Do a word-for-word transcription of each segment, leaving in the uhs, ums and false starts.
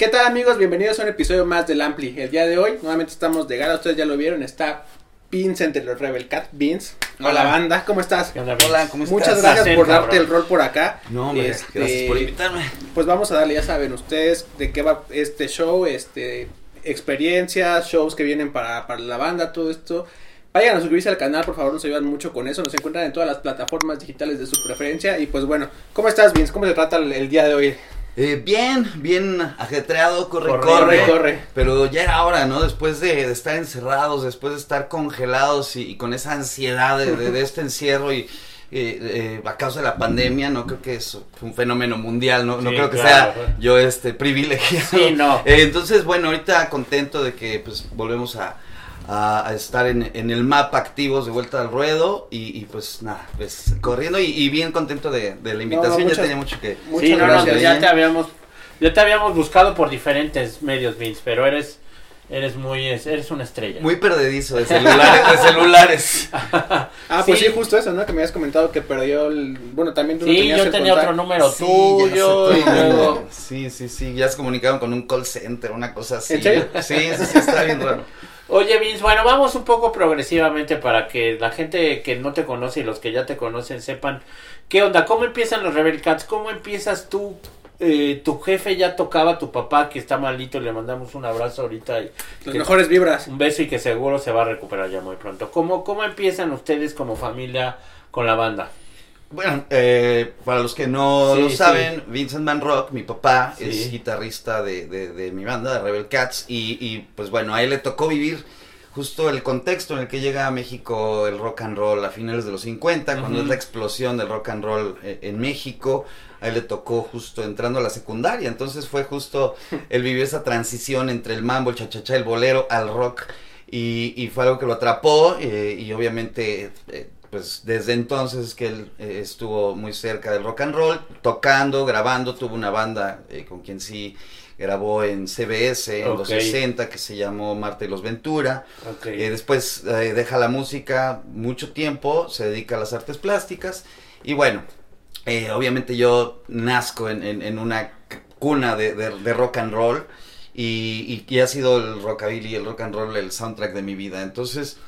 ¿Qué tal, amigos? Bienvenidos a un episodio más del Ampli. El día de hoy, nuevamente estamos de gala, ustedes ya lo vieron, está Vince entre los Rebel Cat. Vince, hola banda, ¿cómo estás? Hola, hola, ¿cómo estás? Muchas gracias por darte el rol por acá. No, hombre, este, gracias por invitarme. Pues vamos a darle, ya saben ustedes de qué va este show, este experiencias, shows que vienen para, para la banda, todo esto. Vayan a suscribirse al canal, por favor, nos ayudan mucho con eso. Nos encuentran en todas las plataformas digitales de su preferencia. Y pues bueno, ¿cómo estás, Vince? ¿Cómo se trata el, el día de hoy? Eh, bien, bien ajetreado, corre, corre, corre, corre. Pero ya era hora, ¿no? Después de, de estar encerrados, después de estar congelados y, y con esa ansiedad de, de, de este encierro y eh, eh, a causa de la pandemia, no creo que es un fenómeno mundial, no, no sí, creo que claro, sea yo este privilegiado. Sí, no. Eh, entonces, bueno, ahorita contento de que pues volvemos a A, a estar en, en el mapa activos de vuelta al ruedo y, y pues nada, pues corriendo y, y bien contento de, de la invitación, no, muchas, ya tenía mucho que... Sí, no, no, pues ya te habíamos, ya te habíamos buscado por diferentes medios, Vince, pero eres, eres muy, eres una estrella. Muy perdedizo de celulares, de celulares. Ah, pues sí. sí, justo eso, ¿no? Que me habías comentado que perdió el, bueno, también tú sí, no tenías yo tenía contacto. Otro número sí, tuyo, y luego... Sí, sí, sí, ya se comunicaron con un call center, una cosa así. ¿En serio? Sí, sí, sí, está bien raro. Oye, Vince, bueno, vamos un poco progresivamente para que la gente que no te conoce y los que ya te conocen sepan qué onda, cómo empiezan los Rebel Cats, cómo empiezas tú, eh, tu jefe ya tocaba, tu papá que está malito, le mandamos un abrazo ahorita. Y Las que, mejores vibras. Un beso y que seguro se va a recuperar ya muy pronto. ¿Cómo, cómo empiezan ustedes como familia con la banda? Bueno, eh, para los que no sí, lo saben, sí. Vincent Van Rock, mi papá, sí. es guitarrista de, de, de mi banda, de Rebel Cats, y, y pues bueno, a él le tocó vivir justo el contexto en el que llega a México el rock and roll a finales de los cincuenta, uh-huh. cuando es la explosión del rock and roll eh, en México. A él le tocó justo entrando a la secundaria, entonces fue justo, él vivió esa transición entre el mambo, el cha-cha-cha, el bolero al rock, y, y fue algo que lo atrapó, eh, y obviamente... Eh, pues desde entonces que él eh, estuvo muy cerca del rock and roll, tocando, grabando, tuvo una banda eh, con quien sí grabó en C B S en okay. los sesenta, que se llamó Marta y los Ventura, okay. eh, después eh, deja la música mucho tiempo, se dedica a las artes plásticas, y bueno, eh, obviamente yo nazco en, en, en una cuna de, de, de rock and roll, y, y, y ha sido el rockabilly y el rock and roll el soundtrack de mi vida, entonces...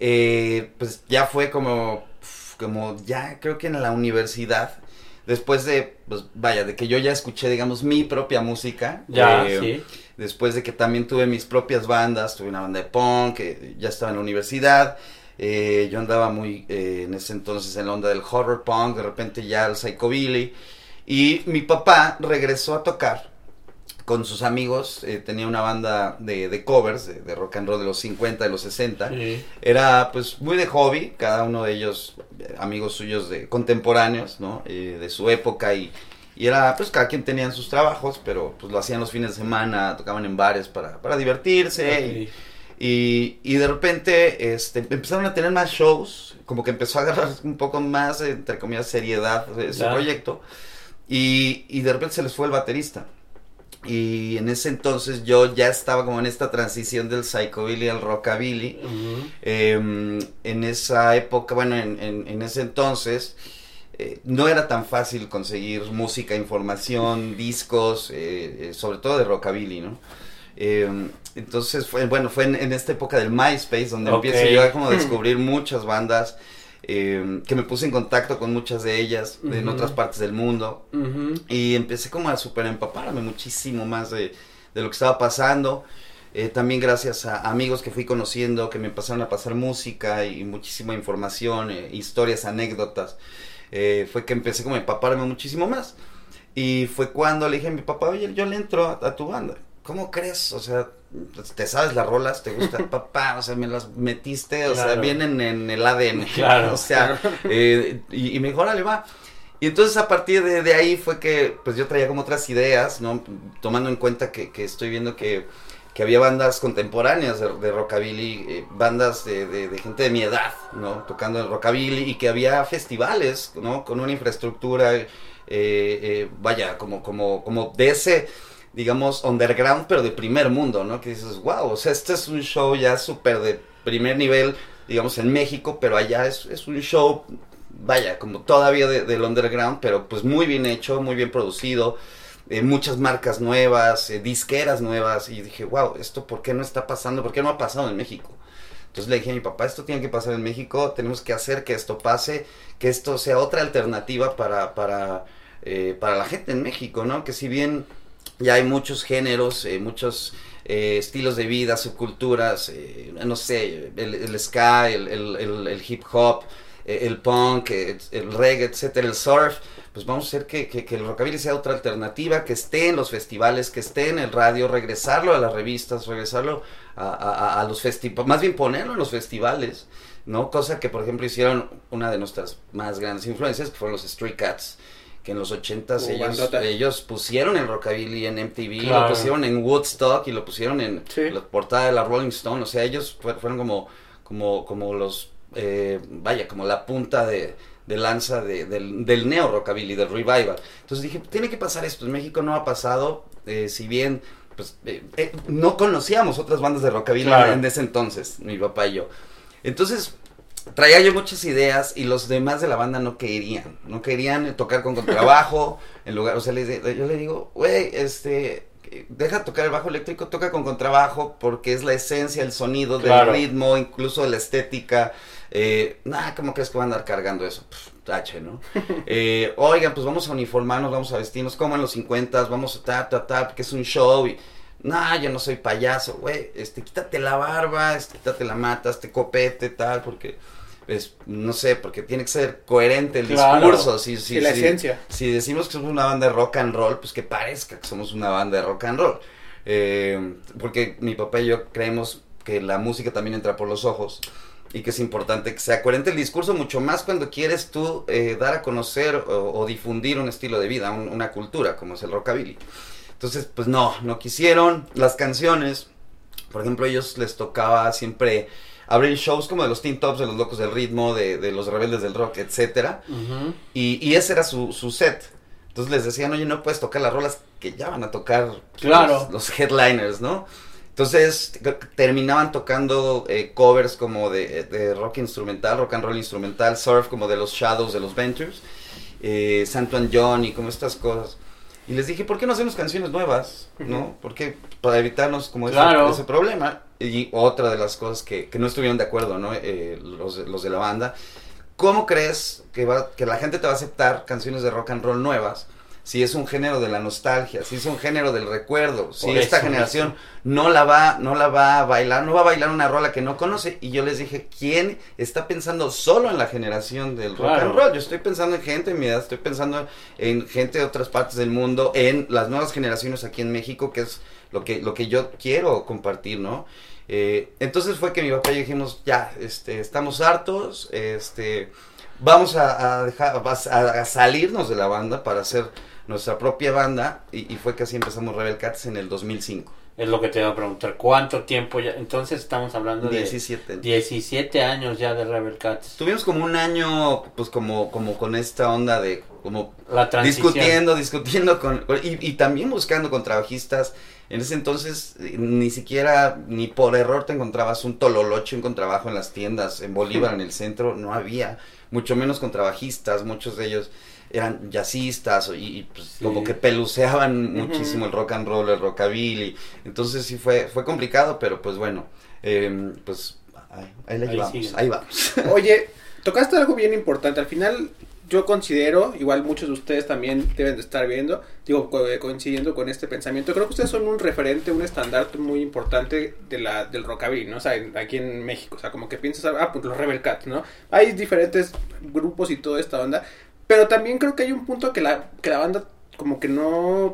Eh, pues ya fue como, como ya creo que en la universidad, después de, pues vaya, de que yo ya escuché, digamos, mi propia música, ya, eh, sí. después de que también tuve mis propias bandas, tuve una banda de punk, que ya estaba en la universidad, eh, yo andaba muy, eh, en ese entonces en la onda del horror punk, de repente ya el psychobilly, y mi papá regresó a tocar con sus amigos, eh, tenía una banda de, de covers, de, de rock and roll de los cincuenta, de los sesenta, sí. Era pues muy de hobby, cada uno de ellos eh, amigos suyos de contemporáneos, ¿no? Eh, de su época y, y era pues cada quien tenía sus trabajos, pero pues lo hacían los fines de semana, tocaban en bares para, para divertirse okay. y, y, y de repente este, empezaron a tener más shows, como que empezó a agarrar un poco más, entre comillas, seriedad ese ya. proyecto y, y de repente se les fue el baterista. Y en ese entonces yo ya estaba como en esta transición del psychobilly al rockabilly. Uh-huh. Eh, en esa época, bueno, en, en, en ese entonces eh, no era tan fácil conseguir música, información, discos, eh, eh, sobre todo de rockabilly, ¿no? Eh, entonces fue, bueno, fue en, en esta época del MySpace donde okay. empiezo yo a como descubrir muchas bandas. Eh, que me puse en contacto con muchas de ellas uh-huh. en otras partes del mundo uh-huh. y empecé como a super empaparme muchísimo más de, de lo que estaba pasando, eh, también gracias a amigos que fui conociendo que me empezaron a pasar música y muchísima información, eh, historias, anécdotas, eh, fue que empecé como a empaparme muchísimo más y fue cuando le dije a mi papá, oye, yo le entro a, a tu banda. ¿Cómo crees? O sea, ¿te sabes las rolas? ¿Te gusta? Papá, o sea, me las metiste, o claro. sea, vienen en el A D N. Claro. O sea, eh, y, y me dijo, órale, va. Y entonces a partir de, de ahí fue que, pues yo traía como otras ideas, ¿no? Tomando en cuenta que, que estoy viendo que, que había bandas contemporáneas de, de rockabilly, eh, bandas de, de, de gente de mi edad, ¿no? Tocando el rockabilly y que había festivales, ¿no? Con una infraestructura, eh, eh, vaya, como, como, como de ese... digamos, underground, pero de primer mundo, ¿no? Que dices, wow, o sea, este es un show ya súper de primer nivel, digamos, en México, pero allá es, es un show, vaya, como todavía de, del underground, pero pues muy bien hecho, muy bien producido, eh, muchas marcas nuevas, eh, disqueras nuevas, y dije, wow, ¿esto por qué no está pasando? ¿Por qué no ha pasado en México? Entonces le dije a mi papá, esto tiene que pasar en México, tenemos que hacer que esto pase, que esto sea otra alternativa para, para, eh, para la gente en México, ¿no? Que si bien ya hay muchos géneros, eh, muchos eh, estilos de vida, subculturas, eh, no sé, el, el ska, el, el, el, el hip hop, eh, el punk, eh, el reggae, etcétera, el surf, pues vamos a hacer que, que, que el rockabilly sea otra alternativa, que esté en los festivales, que esté en el radio, regresarlo a las revistas, regresarlo a, a, a los festivales, más bien ponerlo en los festivales, ¿no? Cosa que, por ejemplo, hicieron una de nuestras más grandes influencias, que fueron los Stray Cats, que en los ochentas uh, ellos, ellos pusieron el rockabilly en M T V, claro. Lo pusieron en Woodstock y lo pusieron en sí. la portada de la Rolling Stone, o sea, ellos fueron como, como, como los, eh, vaya, como la punta de, de lanza de, del, del neo rockabilly, del revival. Entonces dije, tiene que pasar esto, en México no ha pasado, eh, si bien pues eh, eh, no conocíamos otras bandas de rockabilly claro. en ese entonces, mi papá y yo. Entonces traía yo muchas ideas y los demás de la banda no querían, no querían tocar con contrabajo, en lugar, o sea, les, yo le digo, güey, este, deja tocar el bajo eléctrico, toca con contrabajo, porque es la esencia, el sonido claro. del ritmo, incluso la estética, eh, nada, ¿cómo crees que van a andar cargando eso? Pff, tache, ¿no? eh, oigan, pues vamos a uniformarnos, vamos a vestirnos como en los cincuentas, vamos a tap, tap, tap, que es un show, y nah, yo no soy payaso, güey, este, quítate la barba, este, quítate la mata, este copete, tal, porque, pues, no sé, porque tiene que ser coherente el claro. discurso, si, si, sí, la si, esencia. Si decimos que somos una banda de rock and roll, pues que parezca que somos una banda de rock and roll, eh, porque mi papá y yo creemos que la música también entra por los ojos, y que es importante que sea coherente el discurso, mucho más cuando quieres tú eh, dar a conocer o, o difundir un estilo de vida, un, una cultura, como es el rockabilly. Entonces, pues no, no quisieron. Las canciones, por ejemplo, a ellos les tocaba siempre abrir shows como de los Teen Tops, de los Locos del Ritmo, de, de los Rebeldes del Rock, etcétera. Uh-huh. Y, y ese era su, su set. Entonces les decían, oye, no puedes tocar las rolas que ya van a tocar claro. los, los headliners, ¿no? Entonces terminaban tocando eh, covers como de, de rock instrumental, rock and roll instrumental, surf como de los Shadows, de los Ventures, eh, Santo and John y como estas cosas. Y les dije, ¿por qué no hacemos canciones nuevas? ¿No? Porque para evitarnos como claro. ese, ese problema. Y otra de las cosas que, que no estuvieron de acuerdo, ¿no? Eh, los, los de la banda. ¿Cómo crees que, va, que la gente te va a aceptar canciones de rock and roll nuevas si es un género de la nostalgia, si es un género del recuerdo, si esta eso, generación eso. no la va no la va a bailar, no va a bailar una rola que no conoce? Y yo les dije, ¿quién está pensando solo en la generación del rock claro. and roll? Yo estoy pensando en gente de mi edad, estoy pensando en gente de otras partes del mundo, en las nuevas generaciones aquí en México, que es lo que lo que yo quiero compartir, ¿no? Eh, entonces fue que mi papá y yo dijimos, ya, este, estamos hartos, este, vamos a, a dejar, a, a salirnos de la banda para hacer nuestra propia banda, y, y fue que así empezamos Rebel Cats en el dos mil cinco. Es lo que te iba a preguntar, ¿cuánto tiempo ya? Entonces estamos hablando de diecisiete. diecisiete años ya de Rebel Cats. Tuvimos como un año, pues como como con esta onda de como la transición. discutiendo, discutiendo con, y, y también buscando contrabajistas. En ese entonces ni siquiera, ni por error te encontrabas un tololoche, un contrabajo en las tiendas, en Bolívar, en el centro, no había, mucho menos contrabajistas, muchos de ellos eran jazzistas y, y pues sí. como que peluceaban uh-huh. muchísimo el rock and roll, el rockabilly. Entonces sí fue fue complicado, pero pues bueno, eh, pues ahí, ahí la llevamos, ahí, ahí vamos. Oye, tocaste algo bien importante. Al final yo considero, igual muchos de ustedes también deben de estar viendo, digo, co- coincidiendo con este pensamiento, creo que ustedes son un referente, un estandarte muy importante de la del rockabilly, ¿no? O sea, en, aquí en México, o sea, como que piensas, ah, pues los Rebel Cats, ¿no? Hay diferentes grupos y toda esta onda, pero también creo que hay un punto que la que la banda como que no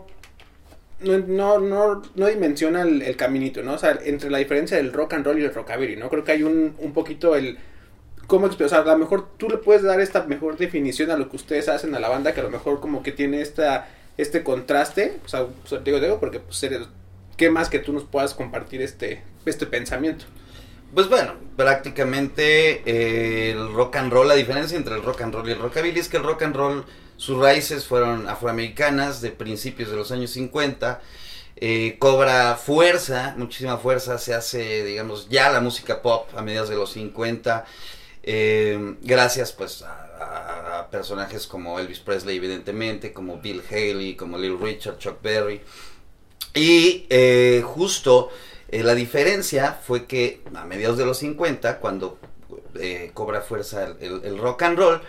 no no no, no dimensiona el, el caminito, ¿no? O sea, entre la diferencia del rock and roll y el rockabilly, ¿no? Creo que hay un un poquito el ¿cómo expresar? O sea, a lo mejor tú le puedes dar esta mejor definición a lo que ustedes hacen a la banda, que a lo mejor como que tiene esta este contraste, o sea, digo, digo porque pues eres, ¿qué más que tú nos puedas compartir este este pensamiento? Pues bueno, prácticamente eh, el rock and roll, la diferencia entre el rock and roll y el rockabilly es que el rock and roll, sus raíces fueron afroamericanas de principios de los años cincuenta, eh, cobra fuerza, muchísima fuerza, se hace, digamos, ya la música pop a mediados de los cincuenta, Eh, gracias pues a, a, a personajes como Elvis Presley, evidentemente, como Bill Haley, como Little Richard, Chuck Berry. Y eh, justo eh, la diferencia fue que a mediados de los cincuenta, cuando eh, cobra fuerza el, el, el rock and roll,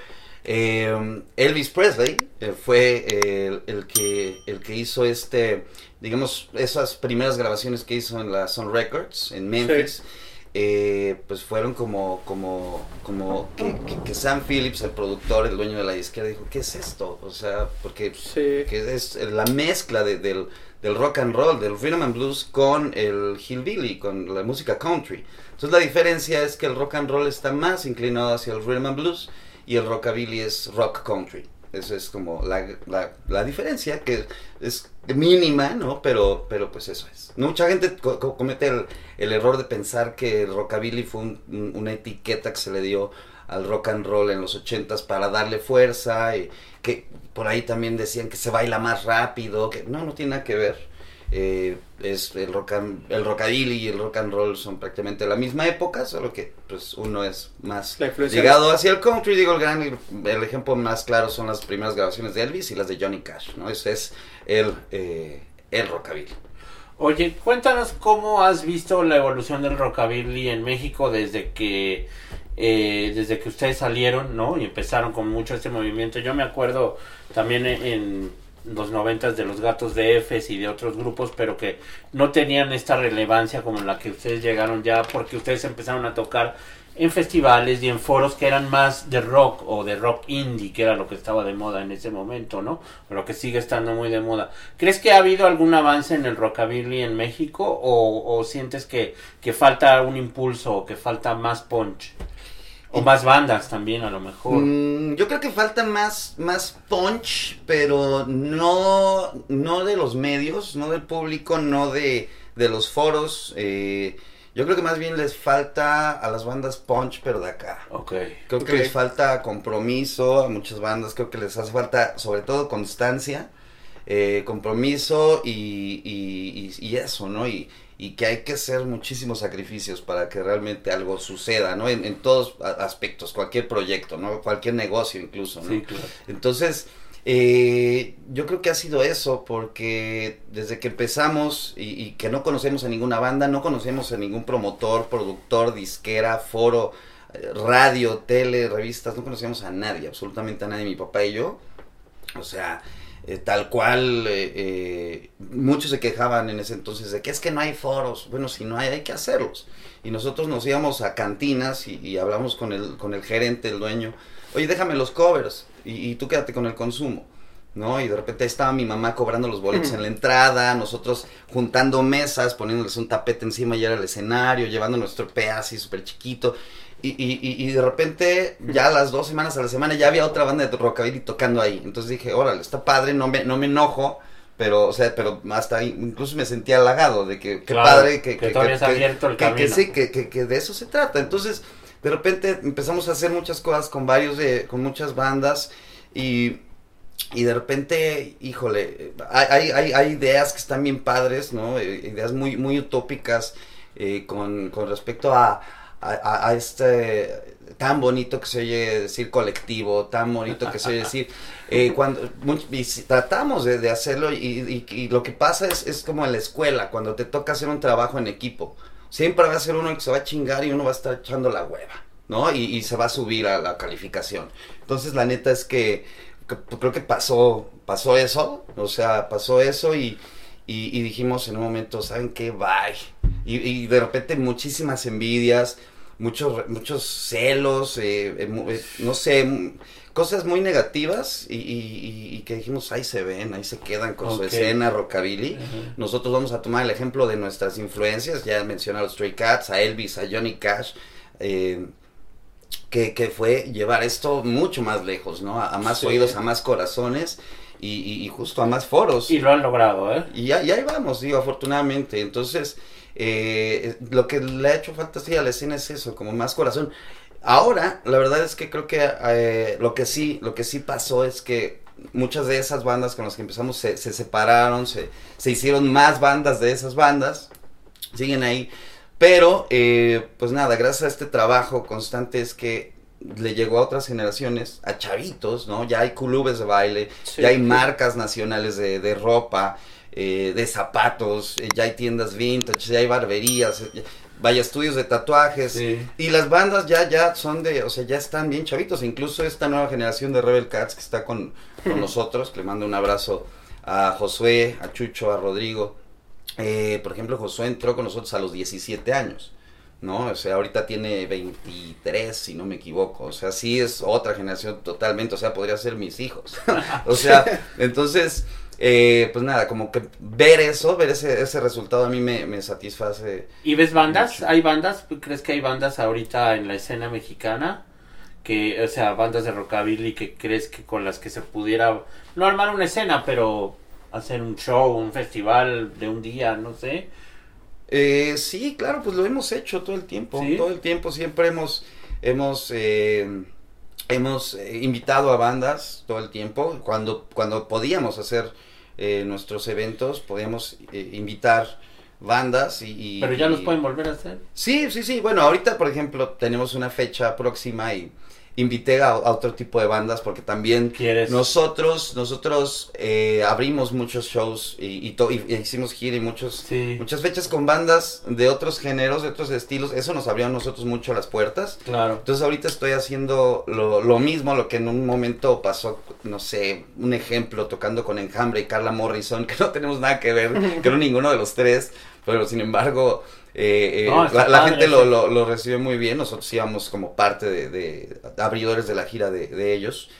eh, Elvis Presley eh, fue eh, el, el, que, el que hizo este, digamos, esas primeras grabaciones que hizo en la Sun Records, en Memphis. Sí. Eh, pues fueron como como como que, que, que Sam Phillips, el productor, el dueño de la disquera, dijo, ¿qué es esto? O sea, porque sí. que es la mezcla de, del, del rock and roll, del rhythm and blues con el hillbilly, con la música country. Entonces la diferencia es que el rock and roll está más inclinado hacia el rhythm and blues y el rockabilly es rock country. Eso es como la, la, la diferencia, que es mínima, ¿no? Pero, pero pues eso es. Mucha gente co comete el, el error de pensar que el rockabilly fue un, un, una etiqueta que se le dio al rock and roll en los ochentas para darle fuerza, y que por ahí también decían que se baila más rápido, que no, no tiene nada que ver. Eh, es el rock and, el rockabilly y el rock and roll son prácticamente la misma época, solo que pues uno es más ligado hacia el country. Digo, el gran el ejemplo más claro son las primeras grabaciones de Elvis y las de Johnny Cash, ¿no? Ese es el eh, el rockabilly. Oye, cuéntanos cómo has visto la evolución del rockabilly en México desde que eh, desde que ustedes salieron, ¿no? Y empezaron con mucho este movimiento. Yo me acuerdo también en, en los noventas de los Gatos de Efes y de otros grupos, pero que no tenían esta relevancia como la que ustedes llegaron ya, porque ustedes empezaron a tocar en festivales y en foros que eran más de rock o de rock indie, que era lo que estaba de moda en ese momento, ¿no? O lo que sigue estando muy de moda. ¿Crees que ha habido algún avance en el rockabilly en México o, o sientes que, que falta un impulso o que falta más punch? O más bandas también, a lo mejor. Mm, yo creo que falta más, más punch, pero no, no de los medios, no del público, no de, de los foros. Eh, yo creo que más bien les falta a las bandas punch, pero de acá. Okay. Creo Okay. que les falta compromiso a muchas bandas, creo que les hace falta sobre todo constancia, eh, compromiso y, y, y, y eso, ¿no? Y, y que hay que hacer muchísimos sacrificios para que realmente algo suceda, ¿no? En, en todos aspectos, cualquier proyecto, ¿no? Cualquier negocio incluso, ¿no? Sí, claro. Entonces, eh, yo creo que ha sido eso, porque desde que empezamos y, y que no conocemos a ninguna banda, no conocemos a ningún promotor, productor, disquera, foro, radio, tele, revistas, no conocíamos a nadie, absolutamente a nadie, mi papá y yo, o sea... Eh, tal cual, eh, eh, muchos se quejaban en ese entonces de que es que no hay foros. Bueno, si no hay, hay que hacerlos. Y nosotros nos íbamos a cantinas y, y hablamos con el, con el gerente, el dueño. Oye, déjame los covers y, y tú quédate con el consumo, ¿no? Y de repente ahí estaba mi mamá cobrando los boletos en la entrada, nosotros juntando mesas, poniéndoles un tapete encima y era el escenario, llevando nuestro P A así súper chiquito. Y, y, y de repente, ya a las dos semanas a la semana, ya había otra banda de rockabilly tocando ahí. Entonces dije, órale, está padre, no me, no me enojo, pero, o sea, pero hasta ahí, incluso me sentía halagado de que, qué claro, padre, que, que, que, todavía que, has abierto el que, camino. que sí, que, que, que de eso se trata. Entonces, de repente empezamos a hacer muchas cosas con varios, de, con muchas bandas y... Y de repente, híjole, hay, hay, hay ideas que están bien padres, ¿no? Ideas muy, muy utópicas eh, con, con respecto a, a, a este tan bonito que se oye decir colectivo, tan bonito que se oye decir, eh, cuando y tratamos de, de hacerlo y, y, y lo que pasa es, es como en la escuela, cuando te toca hacer un trabajo en equipo, siempre va a ser uno que se va a chingar y uno va a estar echando la hueva, ¿no? Y, y se va a subir a la calificación. Entonces la neta es que creo que pasó pasó eso, o sea, pasó eso y, y, y dijimos en un momento, ¿saben qué? Bye. Y, y de repente muchísimas envidias, muchos muchos celos, eh, eh, no sé, cosas muy negativas y, y, y que dijimos, ahí se ven, ahí se quedan con okay. su escena rockabilly. Uh-huh. Nosotros vamos a tomar el ejemplo de nuestras influencias, ya mencioné a los Stray Cats, a Elvis, a Johnny Cash, eh, Que, que fue llevar esto mucho más lejos, ¿no? A, a más sí. oídos, a más corazones y, y, y justo a más foros. Y lo han logrado, ¿eh? Y ya, ya ahí vamos, digo, afortunadamente. Entonces, eh, lo que le ha hecho falta sí, a la escena es eso, como más corazón. Ahora, la verdad es que creo que eh, lo que sí, lo que sí pasó es que muchas de esas bandas con las que empezamos se, se separaron, se, se hicieron más bandas de esas bandas, siguen ahí. Pero, eh, pues nada, gracias a este trabajo constante es que le llegó a otras generaciones, a chavitos, ¿no? Ya hay clubes de baile, Sí, ya hay sí. marcas nacionales de, de ropa, eh, de zapatos, eh, ya hay tiendas vintage, ya hay barberías, eh, vaya, estudios de tatuajes, Sí. y las bandas ya, ya son de, o sea, ya están bien chavitos, incluso esta nueva generación de Rebel Cats que está con, con nosotros, le mando un abrazo a Josué, a Chucho, a Rodrigo. Eh, por ejemplo, Josué entró con nosotros a los diecisiete años, ¿no? O sea, ahorita tiene veintitrés, si no me equivoco. O sea, sí es otra generación totalmente, o sea, podría ser mis hijos. O sea, entonces, eh, pues nada, como que ver eso, ver ese, ese resultado a mí me, me satisface. ¿Y ves bandas? mucho. ¿Hay bandas? ¿Crees que hay bandas ahorita en la escena mexicana? Que, o sea, bandas de rockabilly que crees que con las que se pudiera, no armar una escena, pero hacer un show, un festival de un día, no sé. Eh, sí, claro, pues lo hemos hecho todo el tiempo. ¿Sí? Todo el tiempo siempre hemos, hemos, eh, hemos eh, invitado a bandas todo el tiempo. Cuando, cuando podíamos hacer eh, nuestros eventos, podíamos eh, invitar bandas y, y- Pero ya los y- pueden volver a hacer. Sí, sí, sí. Bueno, ahorita, por ejemplo, tenemos una fecha próxima y invité a, a otro tipo de bandas porque también ¿Quieres? nosotros, nosotros eh, abrimos muchos shows y, y, to- y- y hicimos gira y muchos, Sí. muchas fechas con bandas de otros géneros, de otros estilos. Eso nos abrió a nosotros mucho las puertas. Claro. Entonces ahorita estoy haciendo lo, lo mismo, lo que en un momento pasó, no sé, un ejemplo, tocando con Enjambre y Carla Morrison, que no tenemos nada que ver, creo ninguno de los tres, pero sin embargo, eh, eh, No, está la, la padre, gente sí. lo, lo, lo recibió muy bien, nosotros íbamos como parte de, de abridores de la gira de, de ellos,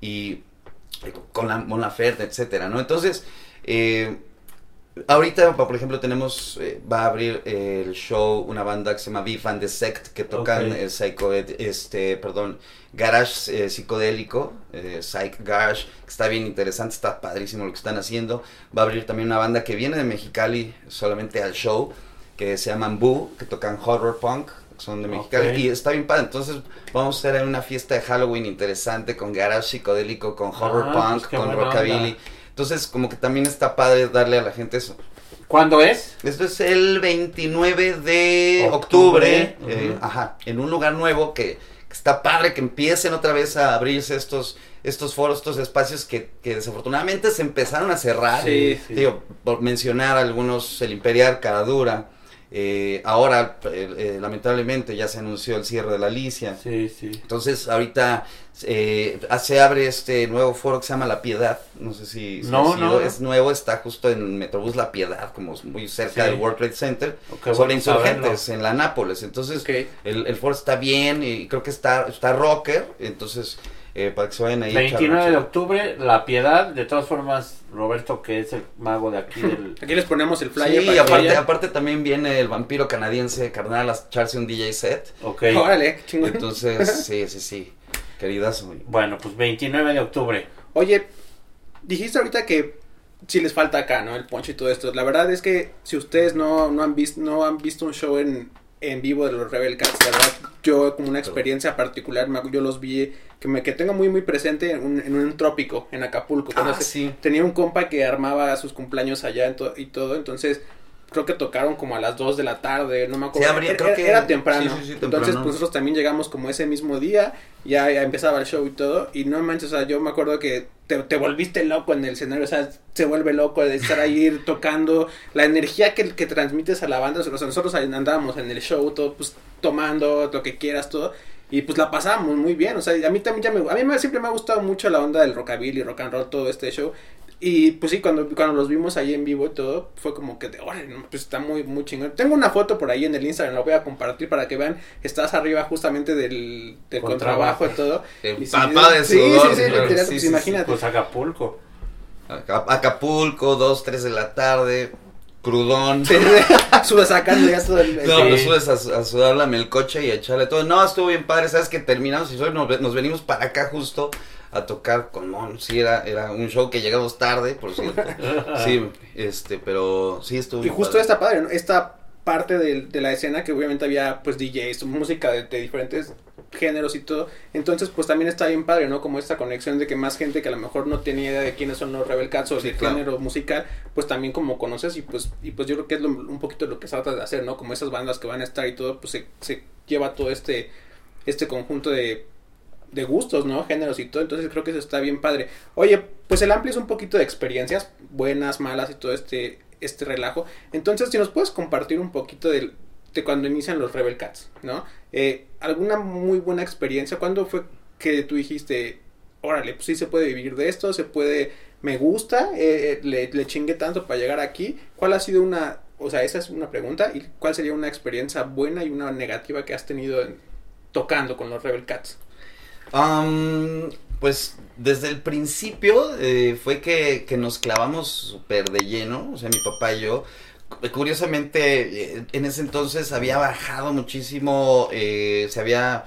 y eh, con la Mon Laferte, etcétera, ¿no? Entonces, eh, ahorita, por ejemplo, tenemos, eh, va a abrir eh, el show una banda que se llama Beef and the Sect, que tocan Ok. el psycho, este, perdón, garage eh, psicodélico, eh, psych garage, que está bien interesante, está padrísimo lo que están haciendo. Va a abrir también una banda que viene de Mexicali solamente al show, que se llaman Boo, que tocan horror punk, que son de Mexicali, Ok. y está bien padre. Entonces vamos a hacer una fiesta de Halloween interesante con garage psicodélico, con horror Ah, punk, pues qué con buena rockabilly. onda. Entonces, como que también está padre darle a la gente eso. ¿Cuándo es? Esto es el veintinueve de Octubre, octubre, eh, ujú. ajá, en un lugar nuevo que, que está padre, que empiecen otra vez a abrirse estos estos foros, estos espacios que, que desafortunadamente se empezaron a cerrar. Sí, sí. Digo, por mencionar algunos, el Imperial, Caradura, eh, ahora eh, eh, lamentablemente ya se anunció el cierre de la Alicia. Sí, sí. Entonces ahorita eh, se abre este nuevo foro que se llama La Piedad, no sé si, si No, ha sido, no, no. es nuevo, está justo en Metrobús La Piedad, como muy cerca Sí. del World Trade Center, Ok, sobre bueno Insurgentes, saberlo. en la Nápoles. Entonces Ok. el, el foro está bien y creo que está, está rocker, entonces eh, para que se vayan ahí. a echar veintinueve de una octubre, La Piedad. De todas formas, Roberto, que es el mago de aquí del... Aquí les ponemos el chela. flyer. Sí, para y que aparte, vayan. aparte también viene el vampiro canadiense carnal a echarse un D J set. Ok. Órale, qué chingón. Entonces, sí, sí, sí, queridazo. Bueno, pues veintinueve de octubre. Oye, dijiste ahorita que sí les falta acá, ¿no? El poncho y todo esto. La verdad es que si ustedes no, no han visto no han visto un show en, en vivo de los Rebel Cats, la verdad, yo como una experiencia particular, me- yo los vi, que me que tengo muy muy presente en un, en un trópico, en Acapulco. Ah, Entonces, sí. tenía un compa que armaba sus cumpleaños allá en to- y todo, entonces creo que tocaron como a las dos de la tarde, no me acuerdo. Sí, habría- era, creo que- era temprano. sí, sí, sí, temprano. Entonces, pues nosotros también llegamos como ese mismo día, ya, ya empezaba el show y todo, y no manches, o sea, yo me acuerdo que te, te volviste loco en el escenario, o sea, se vuelve loco de estar ahí tocando, la energía que, que transmites a la banda, o sea, nosotros ahí andábamos en el show, todo, pues, tomando, lo que quieras, todo, y pues la pasábamos muy bien, o sea, a mí también ya me, a mí me, siempre me ha gustado mucho la onda del rockabilly, rock and roll, todo este show, y pues sí, cuando, cuando los vimos ahí en vivo y todo, fue como que, de, órale, no, pues está muy, muy chingón. Tengo una foto por ahí en el Instagram, la voy a compartir para que vean, estás arriba justamente del, del Contrabajo. contrabajo y todo. El Y sí, papá de sí, sudor, Sí, sí, claro, literal, sí, pues sí, imagínate. Pues Acapulco. Aca- Acapulco, dos, tres de la tarde, crudón. Sí, sudas sacando ya todo el... No, Sí. pero subes a, a sudarle a Melcoche y a echarle todo. No, estuvo bien padre, sabes que terminamos y hoy nos, ve- nos venimos para acá justo a tocar con Mon. Sí, era, era un show que llegamos tarde, por cierto. Sí, este, pero sí estuvo Y bien justo padre. esta padre, ¿no? Esta parte de, de la escena que obviamente había pues D Js, música de, de diferentes géneros y todo, entonces pues también está bien padre, ¿no? Como esta conexión de que más gente que a lo mejor no tenía idea de quiénes son los Rebel Cats o Sí, de claro. género musical, pues también como conoces y pues y pues yo creo que es lo- un poquito lo que se trata de hacer, ¿no? Como esas bandas que van a estar y todo, pues se, se lleva todo este este conjunto de de gustos, ¿no? Géneros y todo, entonces creo que eso está bien padre. Oye, pues el Ampli es un poquito de experiencias, buenas, malas y todo este, este relajo. Entonces, si nos puedes compartir un poquito de, de cuando inician los Rebel Cats, ¿no? Eh, ¿alguna muy buena experiencia? ¿Cuándo fue que tú dijiste, órale, pues sí se puede vivir de esto, se puede, me gusta, eh, le, le chingué tanto para llegar aquí? ¿Cuál ha sido una, o sea, esa es una pregunta, y cuál sería una experiencia buena y una negativa que has tenido en, tocando con los Rebel Cats? Um, pues desde el principio eh, fue que, que nos clavamos súper de lleno, o sea, mi papá y yo. Curiosamente, eh, en ese entonces había bajado muchísimo, eh, se había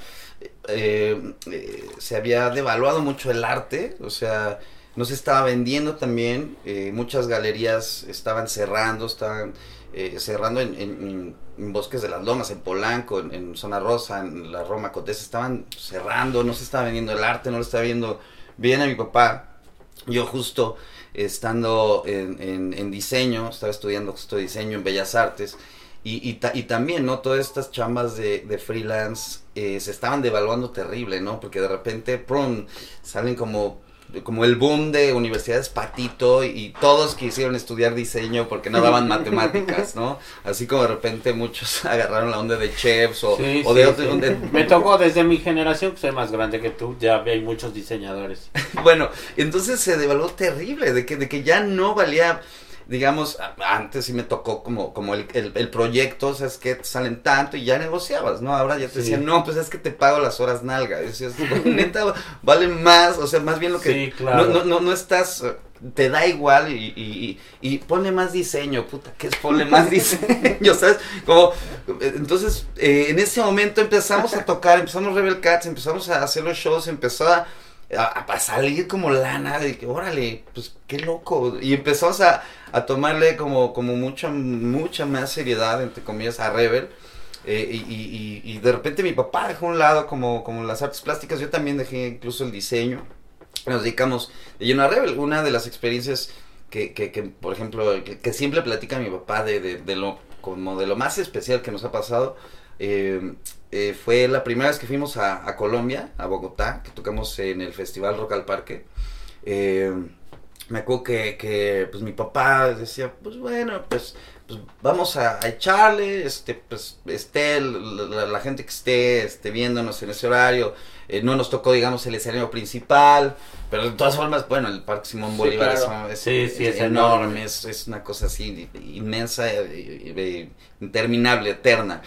eh, eh, se había devaluado mucho el arte, o sea, no se estaba vendiendo también, eh, muchas galerías estaban cerrando, estaban eh, cerrando en, en, en Bosques de las Lomas, en Polanco, en, en Zona Rosa, en la Roma Condesa, estaban cerrando, no se estaba vendiendo el arte, no lo estaba viendo bien a mi papá. Yo justo estando en, en, en diseño, estaba estudiando justo diseño en Bellas Artes, y, y, ta, y también, ¿no? Todas estas chambas de, de freelance eh, se estaban devaluando terrible, ¿no? Porque de repente, prum, salen como, como el boom de universidades patito, y, y todos quisieron estudiar diseño porque no daban matemáticas, ¿no? Así como de repente muchos agarraron la onda de chefs o, sí, o de sí, otros. Sí. De... Me tocó desde mi generación, que soy más grande que tú, ya hay muchos diseñadores. Bueno, entonces se devaluó terrible, de que, de que ya no valía, digamos, antes sí me tocó como, como el, el, el proyecto, o sea, es que salen tanto y ya negociabas, ¿no? Ahora ya te sí. decían, no, pues es que te pago las horas nalga, y decías, neta, vale más, o sea, más bien lo que, sí, claro. no, no, no, no estás, te da igual, y, y, y, y ponle más diseño, puta, ¿qué es ponle más diseño? ¿Sabes? Como, entonces, eh, en ese momento empezamos a tocar, empezamos Rebel Cats, empezamos a hacer los shows, empezó a A, a salir como lana, de que órale, pues qué loco, y empezamos a, a tomarle como, como mucha, mucha más seriedad, entre comillas, a Rebel, eh, y, y, y de repente mi papá dejó a un lado como, como las artes plásticas, yo también dejé incluso el diseño, nos dedicamos de lleno a Rebel. Una de las experiencias que, que, que por ejemplo, que, que siempre platica mi papá de, de, de lo, como de lo más especial que nos ha pasado, eh, Eh, fue la primera vez que fuimos a, a Colombia, a Bogotá, que tocamos en el Festival Rock al Parque. Eh, me acuerdo que, que pues mi papá decía, pues bueno, pues, pues vamos a, a echarle, este, pues esté la, la gente que esté, esté viéndonos en ese horario. Eh, no nos tocó, digamos, el escenario principal, pero de todas formas, bueno, el Parque Simón Bolívar sí, claro. es, sí, es, sí, es, es enorme, enorme. Es, es una cosa así inmensa, eh, interminable, eterna.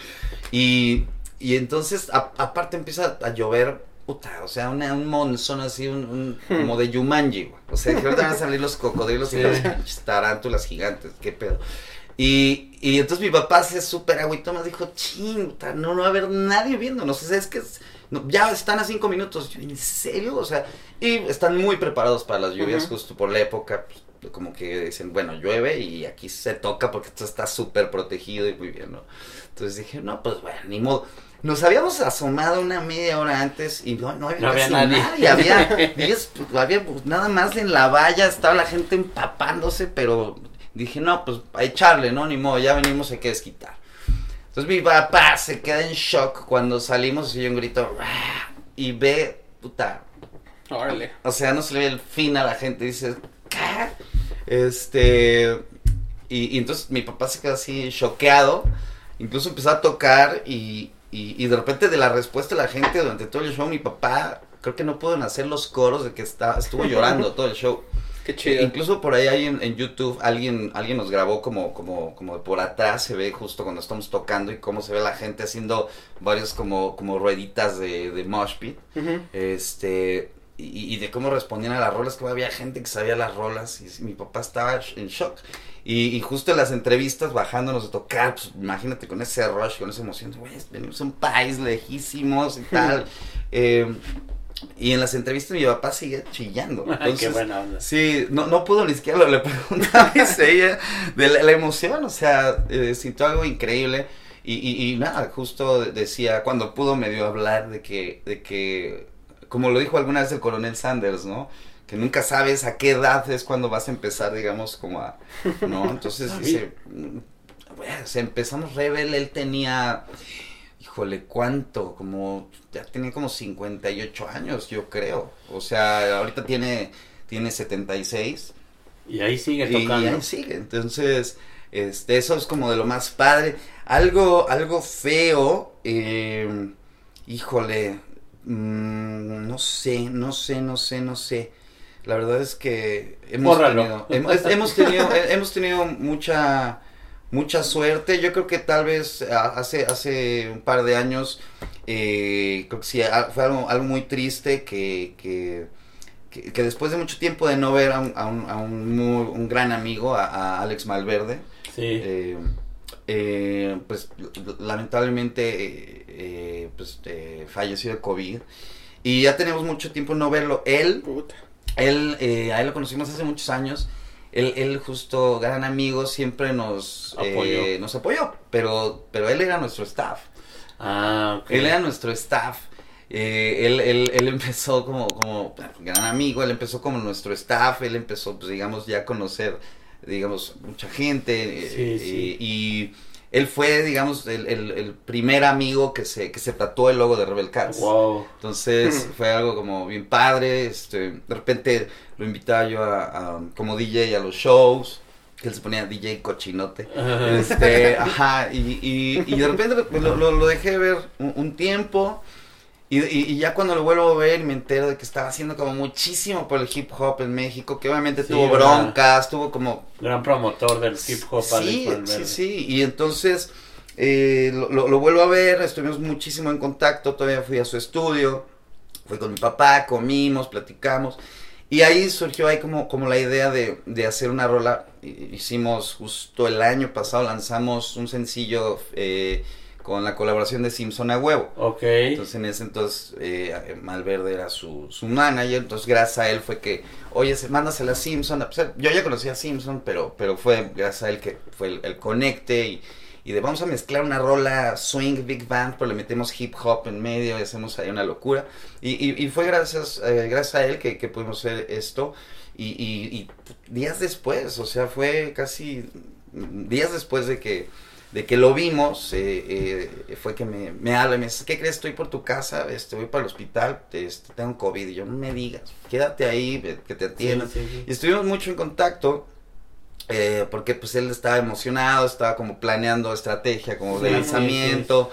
Y Y entonces, a, aparte empieza a llover, puta, o sea, una, un monzón así, un, un como de Yumanji, güey. O sea, que ahorita van a salir los cocodrilos sí. y las tarántulas gigantes, qué pedo. Y, y entonces mi papá se súper agüitó, me dijo, ching, puta, no, no va a haber nadie viéndonos, o sea, es que es, no, ya están a cinco minutos. Yo, ¿en serio? O sea, y están muy preparados para las lluvias, uh-huh. justo por la época, pues, como que dicen, bueno, llueve y aquí se toca porque esto está súper protegido y muy bien, ¿no? Entonces dije, no, pues bueno, ni modo. Nos habíamos asomado una media hora antes y no, no había, no había nadie. nadie. Había, diez, había pues, nada más en la valla, estaba la gente empapándose, pero dije, no, pues a echarle, ¿no? Ni modo, ya venimos, hay que desquitar. Entonces mi papá se queda en shock cuando salimos y yo un grito, y ve, puta. Órale. O sea, no se le ve el fin a la gente, dice, ¿qué? Este, y, y entonces mi papá se queda así choqueado, incluso empezó a tocar y... Y, y de repente de la respuesta de la gente durante todo el show, mi papá creo que no pudo hacer los coros de que está, estuvo llorando todo el show. Qué chido. Eh, incluso por ahí hay en, en YouTube alguien alguien nos grabó como como como por atrás, se ve justo cuando estamos tocando y cómo se ve la gente haciendo varios como como rueditas de, de mosh pit. Uh-huh. Este y, y de cómo respondían a las rolas, que había gente que sabía las rolas y mi papá estaba en shock. Y, y justo en las entrevistas, bajándonos de tocar, pues imagínate con ese rush, con esa emoción, güey, venimos a un país lejísimos y tal. eh, y en las entrevistas mi papá sigue chillando. Entonces, ay, qué buena onda. Sí, no, no pudo ni siquiera, lo, le preguntaba y ella de la, la emoción, o sea, eh, sintió algo increíble. Y, y, y nada, justo decía, cuando pudo medio hablar de que, de que, como lo dijo alguna vez el coronel Sanders, ¿no? Que nunca sabes a qué edad es cuando vas a empezar, digamos, como a, ¿no? Entonces dice, bueno, se empezamos Rebel, él tenía, híjole, ¿cuánto? Como, ya tenía como cincuenta y ocho años, yo creo. O sea, ahorita tiene, tiene setenta y seis. Y ahí sigue tocando. Y ahí sigue, entonces, este, eso es como de lo más padre. Algo, algo feo, eh, híjole, mmm, no sé, no sé, no sé, no sé. La verdad es que hemos Bórralo. tenido, hemos, hemos tenido, hemos tenido mucha, mucha suerte. Yo creo que tal vez hace, hace un par de años, eh, creo que sí, fue algo, algo muy triste que, que, que, que después de mucho tiempo de no ver a un, a un, a un, muy, un gran amigo, a, a Alex Malverde, Sí. eh, eh, pues lamentablemente eh, eh, pues eh, falleció de COVID y ya tenemos mucho tiempo no verlo. Él, Puta. él, eh, a él lo conocimos hace muchos años. Él, él justo, gran amigo, siempre nos Apoyó. eh, nos apoyó, pero, pero él era nuestro staff. Ah, ok. Él era nuestro staff. Eh, él, él, él empezó como, como gran amigo, él empezó como nuestro staff, él empezó, pues, digamos, ya a conocer, digamos, mucha gente. Sí, eh, sí. Y él fue, digamos, el, el, el primer amigo que se, que se tatuó el logo de Rebel Cats. Wow. Entonces fue algo como bien padre. Este, de repente lo invitaba yo a, a, como D J a los shows, que él se ponía D J cochinote. Este, ajá, y, y, y de repente lo, lo, lo dejé ver un, un tiempo. Y, y, y ya cuando lo vuelvo a ver me entero de que estaba haciendo como muchísimo por el hip hop en México, que obviamente Sí, tuvo ¿verdad? broncas, tuvo como... Gran promotor del hip hop. Sí, Alex sí, Malverde. sí, y entonces eh, lo, lo, lo vuelvo a ver, estuvimos muchísimo en contacto, todavía fui a su estudio, fui con mi papá, comimos, platicamos, y ahí surgió ahí como, como la idea de, de hacer una rola. Hicimos justo el año pasado, lanzamos un sencillo eh, con la colaboración de Simpson a Huevo. Ok. Entonces en ese entonces eh, Malverde era su, su manager, entonces gracias a él fue que, oye, mándasela a Simpson. A pesar, yo ya conocía a Simpson, pero, pero fue gracias a él que fue el, el conecte y, y de vamos a mezclar una rola swing big band, pero le metemos hip hop en medio y hacemos ahí una locura. Y, y, y fue gracias, eh, gracias a él que, que pudimos hacer esto. Y, y, y días después, o sea, fue casi días después de que de que lo vimos, eh, eh, fue que me, me habla y me dice, ¿qué crees? Estoy por tu casa, este, voy para el hospital, este, tengo COVID. Y yo, no me digas, quédate ahí, que te atiendan. Sí, sí, sí. Y estuvimos mucho en contacto, eh, porque pues él estaba emocionado, estaba como planeando estrategia, como de Sí, lanzamiento,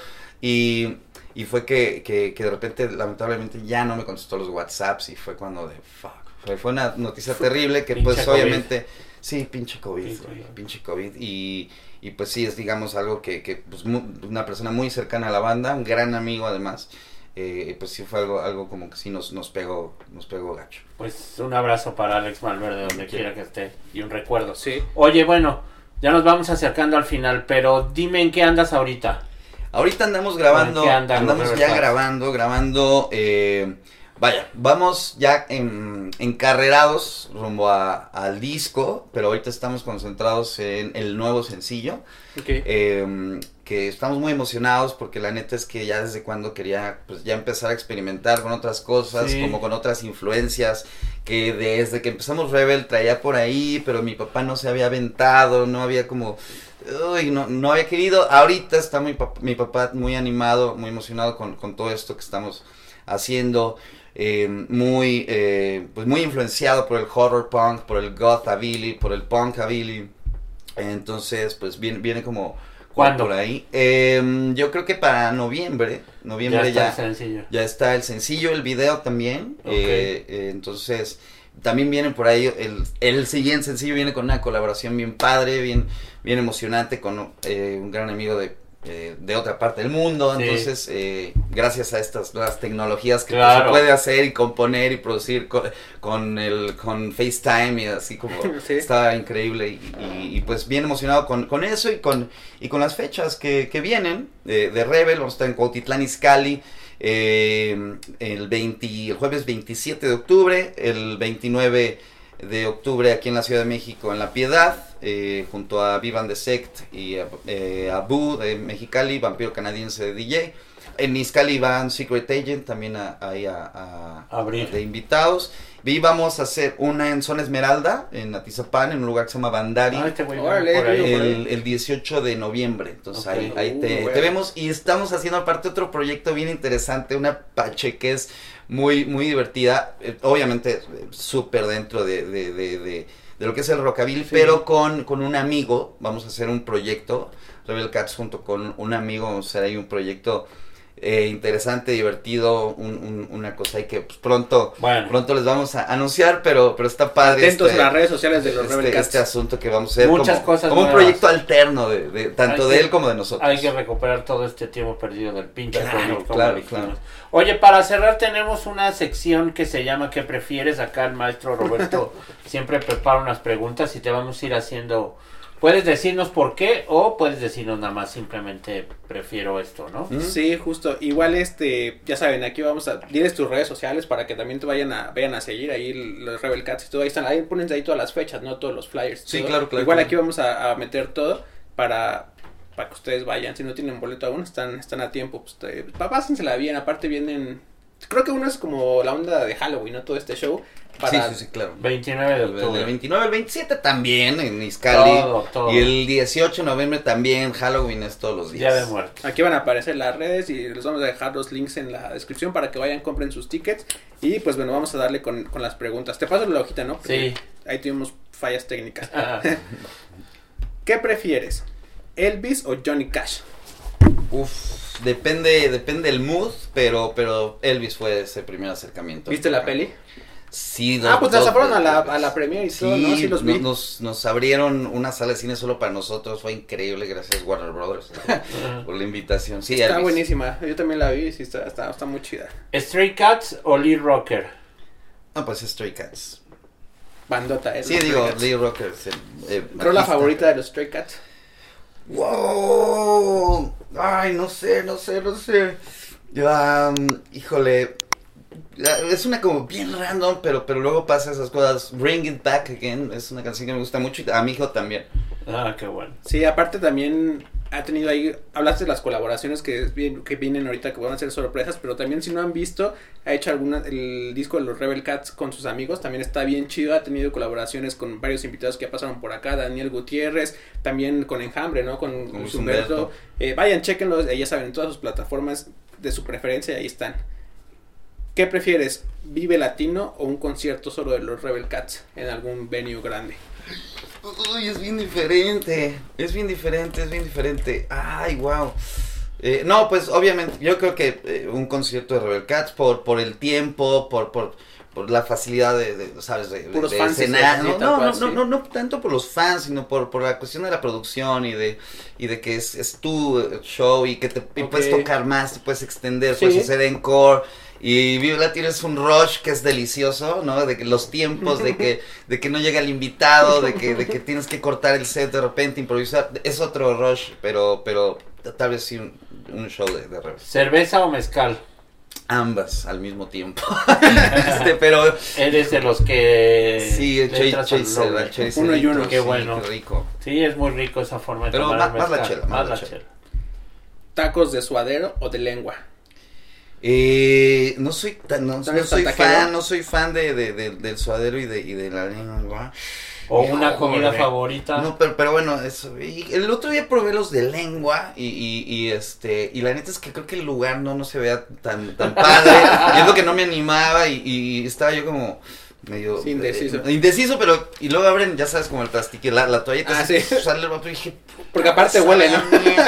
y, y fue que, que, que de repente, lamentablemente, ya no me contestó los WhatsApps, y fue cuando de, fuck, fue, fue una noticia terrible, que Pinche pues COVID. obviamente, sí, pinche COVID, Pinche güey, COVID. pinche COVID, y... Y pues sí, es digamos algo que, que pues mu- una persona muy cercana a la banda, un gran amigo además, eh, pues sí fue algo algo como que sí nos, nos pegó nos pegó gacho. Pues un abrazo para Alex Malverde donde Sí. quiera que esté y un recuerdo. Sí. Oye, bueno, ya nos vamos acercando al final, pero dime en qué andas ahorita. Ahorita andamos grabando, ¿En qué andan andamos los ya Rebel Cats? grabando, grabando, eh, vaya, vamos ya en, encarrerados rumbo a, al disco, pero ahorita estamos concentrados en el nuevo sencillo. Ok. Eh, que estamos muy emocionados porque la neta es que ya desde cuando quería pues ya empezar a experimentar con otras cosas, Sí. como con otras influencias, que desde que empezamos Rebel traía por ahí, pero mi papá no se había aventado, no había como, uy, no, no había querido. Ahorita está mi, pap- mi papá muy animado, muy emocionado con, con todo esto que estamos haciendo, eh, muy, eh, pues muy influenciado por el horror punk, por el gothabilly, por el punkabilly. Entonces, pues viene, viene como ¿Cuándo? por ahí. Eh, yo creo que para noviembre, noviembre está ya, el sencillo. ya está el sencillo, el video también. Ok. Eh, eh, entonces, también viene por ahí, el, el siguiente sencillo viene con una colaboración bien padre, bien, bien emocionante con eh, un gran amigo de, eh, de otra parte del mundo. Sí. Entonces, eh, gracias a estas nuevas tecnologías que Claro. se puede hacer y componer y producir con, con el con FaceTime y así como Sí. está increíble y, y, y, pues bien emocionado con, con eso y con y con las fechas que, que vienen de, de Rebel. Vamos a estar en Cuautitlán Izcalli eh, el veinte, el jueves veintisiete de octubre, el veintinueve de octubre aquí en la Ciudad de México en La Piedad, eh, junto a Vivan the Sect y a, eh, a Boo de Mexicali, Vampiro Canadiense de D J. En Izcali van Secret Agent también a, ahí a, a, Abrir. de invitados. Y vamos a hacer una en Zona Esmeralda, en Atizapán, en un lugar que se llama Bandari. Ah, este güey va Órale, por ahí. El, el dieciocho de noviembre, entonces Ok. ahí, ahí Uh, te, bueno. te vemos y estamos haciendo aparte otro proyecto bien interesante, una pache que es muy muy divertida, eh, obviamente eh, súper dentro de, de, de, de, de lo que es el rockabilly, Sí. pero con, con un amigo, vamos a hacer un proyecto, Rebel Cats junto con un amigo, vamos a hacer ahí un proyecto eh, interesante, divertido, un, un, una cosa ahí que pues, pronto Bueno. pronto les vamos a anunciar, pero pero está padre. Atentos este- a las redes sociales de los este, Rebel Cats. este asunto que vamos a hacer Muchas como, cosas como un nuevas. proyecto alterno de, de tanto Hay de que- él como de nosotros. Hay que recuperar todo este tiempo perdido del pinche Claro, COVID, como claro, dijimos. claro. Oye, para cerrar tenemos una sección que se llama ¿Qué prefieres? Acá el maestro Roberto siempre prepara unas preguntas y te vamos a ir haciendo. Puedes decirnos por qué o puedes decirnos nada más simplemente prefiero esto, ¿no? ¿Mm? Sí, justo. Igual, este, ya saben, aquí vamos a, diles tus redes sociales para que también te vayan a, vayan a seguir ahí los Rebel Cats y todo. Ahí están, ahí ponen ahí todas las fechas, ¿no? Todos los flyers. Sí, todo. claro, claro, Igual claro. aquí vamos a, a meter todo para, para que ustedes vayan. Si no tienen boleto aún, están, están a tiempo. Pues, te- pa- pásensela bien. Aparte vienen, creo que uno es como la onda de Halloween, ¿no? Todo este show. Para, Sí, sí, sí, claro. veintinueve de El, el octubre. veintinueve, el veintisiete también en Izcali. Todo, todo. Y el dieciocho de noviembre también, Halloween es todos los días. Día de muertos. Aquí van a aparecer las redes y les vamos a dejar los links en la descripción para que vayan, compren sus tickets. Y pues bueno, vamos a darle con, con las preguntas. Te paso la hojita, ¿no? Porque Sí. ahí tuvimos fallas técnicas. Ah, ¿Qué prefieres? ¿Elvis o Johnny Cash? Uf, depende, depende del mood, pero, pero Elvis fue ese primer acercamiento. ¿Viste la peli? Sí, Ah, pues nos dos fueron a la, veces. a la premiere y Sí, todo, ¿no? Sí los vi. Nos, nos abrieron una sala de cine solo para nosotros, fue increíble, gracias Warner Brothers por la invitación. Sí, Está Elvis. buenísima, yo también la vi, sí, está, está, está muy chida. ¿Stray Cats o Lee Rocker? No, pues Stray Cats. Bandota, ¿eh? Sí, Los digo, Stray Cats. Lee Rocker. Eh, ¿Rola bajista. favorita de los Stray Cats? Wow. Ay, no sé, no sé, no sé. Um, híjole. Es una como bien random, pero, pero luego pasa esas cosas. Bring It Back Again es una canción que me gusta mucho y a mi hijo también. Ah, qué bueno. Sí, aparte también ha tenido ahí, hablaste de las colaboraciones que, vi- que vienen ahorita, que van a ser sorpresas, pero también si no han visto, ha hecho alguna, el disco de los Rebel Cats con sus amigos, también está bien chido, ha tenido colaboraciones con varios invitados que ya pasaron por acá, Daniel Gutiérrez, también con Enjambre, ¿no? Con, Con Luis Luis Humberto. Humberto. Eh, vayan, chequenlos, eh, ya saben, en todas sus plataformas de su preferencia, ahí están. ¿Qué prefieres, Vive Latino o un concierto solo de los Rebel Cats en algún venue grande? Uy, es bien diferente. Es bien diferente, es bien diferente. Ay, wow. Eh, no, pues obviamente, yo creo que eh, un concierto de Rebel Cats por, por el tiempo, por, por, por la facilidad de, de, ¿sabes? De, de- Puros de fans, escenar. sí, No, tal no, cual, no, no, sí. no, no tanto por los fans, sino por, por la cuestión de la producción y de, y de que es, es tu eh, show y que te y Ok. puedes tocar más, te puedes extender, Sí. puedes hacer encore. Y Vive Latino es un rush que es delicioso, ¿no? De que los tiempos, de que, de que no llega el invitado, de que, de que tienes que cortar el set de repente, improvisar. Es otro rush, pero, pero tal vez sí un, un show de, de revés. ¿Cerveza o mezcal? Ambas al mismo tiempo. este, pero Eres de los que sí, el le Chase, entras al Chase, roble. el Chase Uno y uno, sí, qué bueno. Qué rico. Sí, es muy rico esa forma de Pero tomar más- el más la mezcal. chela, más la chela. ¿Tacos de suadero o de lengua? Eh, no soy tan, no, ¿No no eres soy tan taquero? fan, no soy fan de, de, de- del suadero y de, y de la lengua. O una Híjole. comida favorita. No, pero, pero bueno, eso. Y el otro día probé los de lengua y, y, y este, y la neta es que creo que el lugar no, no se vea tan, tan padre. Y es lo que no me animaba y, y estaba yo como medio Sí, indeciso. eh, indeciso, pero, y luego abren, ya sabes, como el plastique, la, la toallita, Ah, así, sí. sale el vapor y dije, Porque aparte huele, ¿no?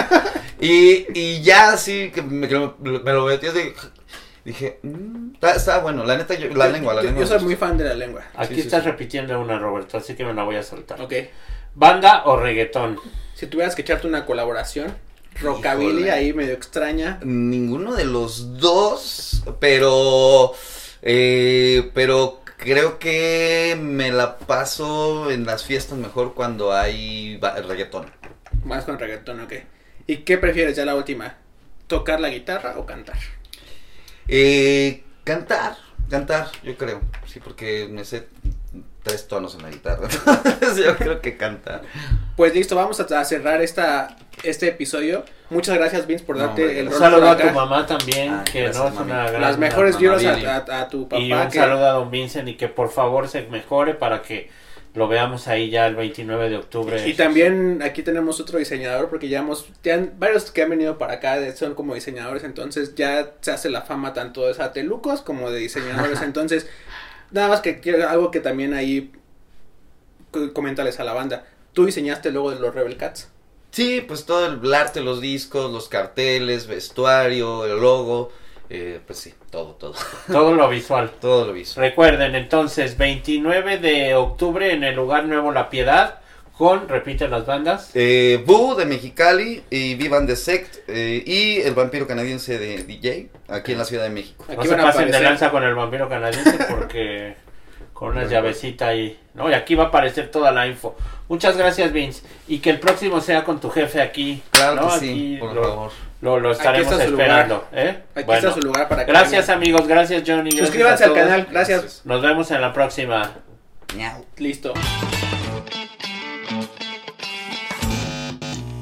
y, y ya así que me, que me, me lo metí así, dije, mm, está, está bueno, la neta, yo, la Yo- lengua, la yo, lengua. Yo soy muy fan de la lengua. Aquí Sí, sí, estás sí. repitiendo una, Roberto, así que me la voy a soltar. Ok. ¿Banda o reggaetón? Si tuvieras que echarte una colaboración, rockabilly Híjole. ahí medio extraña. Ninguno de los dos, pero eh, pero creo que me la paso en las fiestas mejor cuando hay ba- reggaetón. Más con reggaetón, ok. ¿Y qué prefieres ya la última? ¿Tocar la guitarra o cantar? Eh, cantar, cantar, yo creo, sí, porque me sé tres tonos en la guitarra. Entonces yo creo que canta. Pues listo, vamos a, a cerrar esta este episodio. Muchas gracias, Vince, por No, darte hombre, el Un rol saludo por a acá. tu mamá también, Ay, que gracias, no es mami. una gran... Las mejores mamá vibras Billy. a, a, a tu papá. Y un que- saludo a don Vincent y que por favor se mejore para que lo veamos ahí ya el veintinueve de octubre. Y también aquí tenemos otro diseñador porque ya hemos, ya han- varios que han venido para acá de- son como diseñadores, entonces ya se hace la fama tanto de satelucos como de diseñadores, entonces nada más que quiero algo que también ahí c- coméntales a la banda. Tú diseñaste el logo de los Rebel Cats. Sí, pues todo el arte, los discos, los carteles, vestuario, el logo, eh, pues sí, todo, todo, Todo lo visual. todo lo visto. Recuerden entonces, veintinueve de octubre en el lugar nuevo La Piedad, con, repite las bandas. Eh, Boo de Mexicali y Vivan de Sect eh, y el vampiro canadiense de D J aquí en la Ciudad de México. No Aquí se van a pasen de aparecer. lanza con el vampiro canadiense porque con una llavecita ahí, ¿no? Y aquí va a aparecer toda la info. Muchas gracias, Vince. Y que el próximo sea con tu jefe aquí. Claro ¿no? que Aquí sí, por lo, favor. Lo, lo Aquí estaremos está su esperando. ¿eh? Aquí Bueno, está su lugar para que gracias, vengan. amigos. Gracias, Johnny. Gracias Suscríbanse a al todos. canal, gracias. Nos vemos en la próxima. Miau. Listo.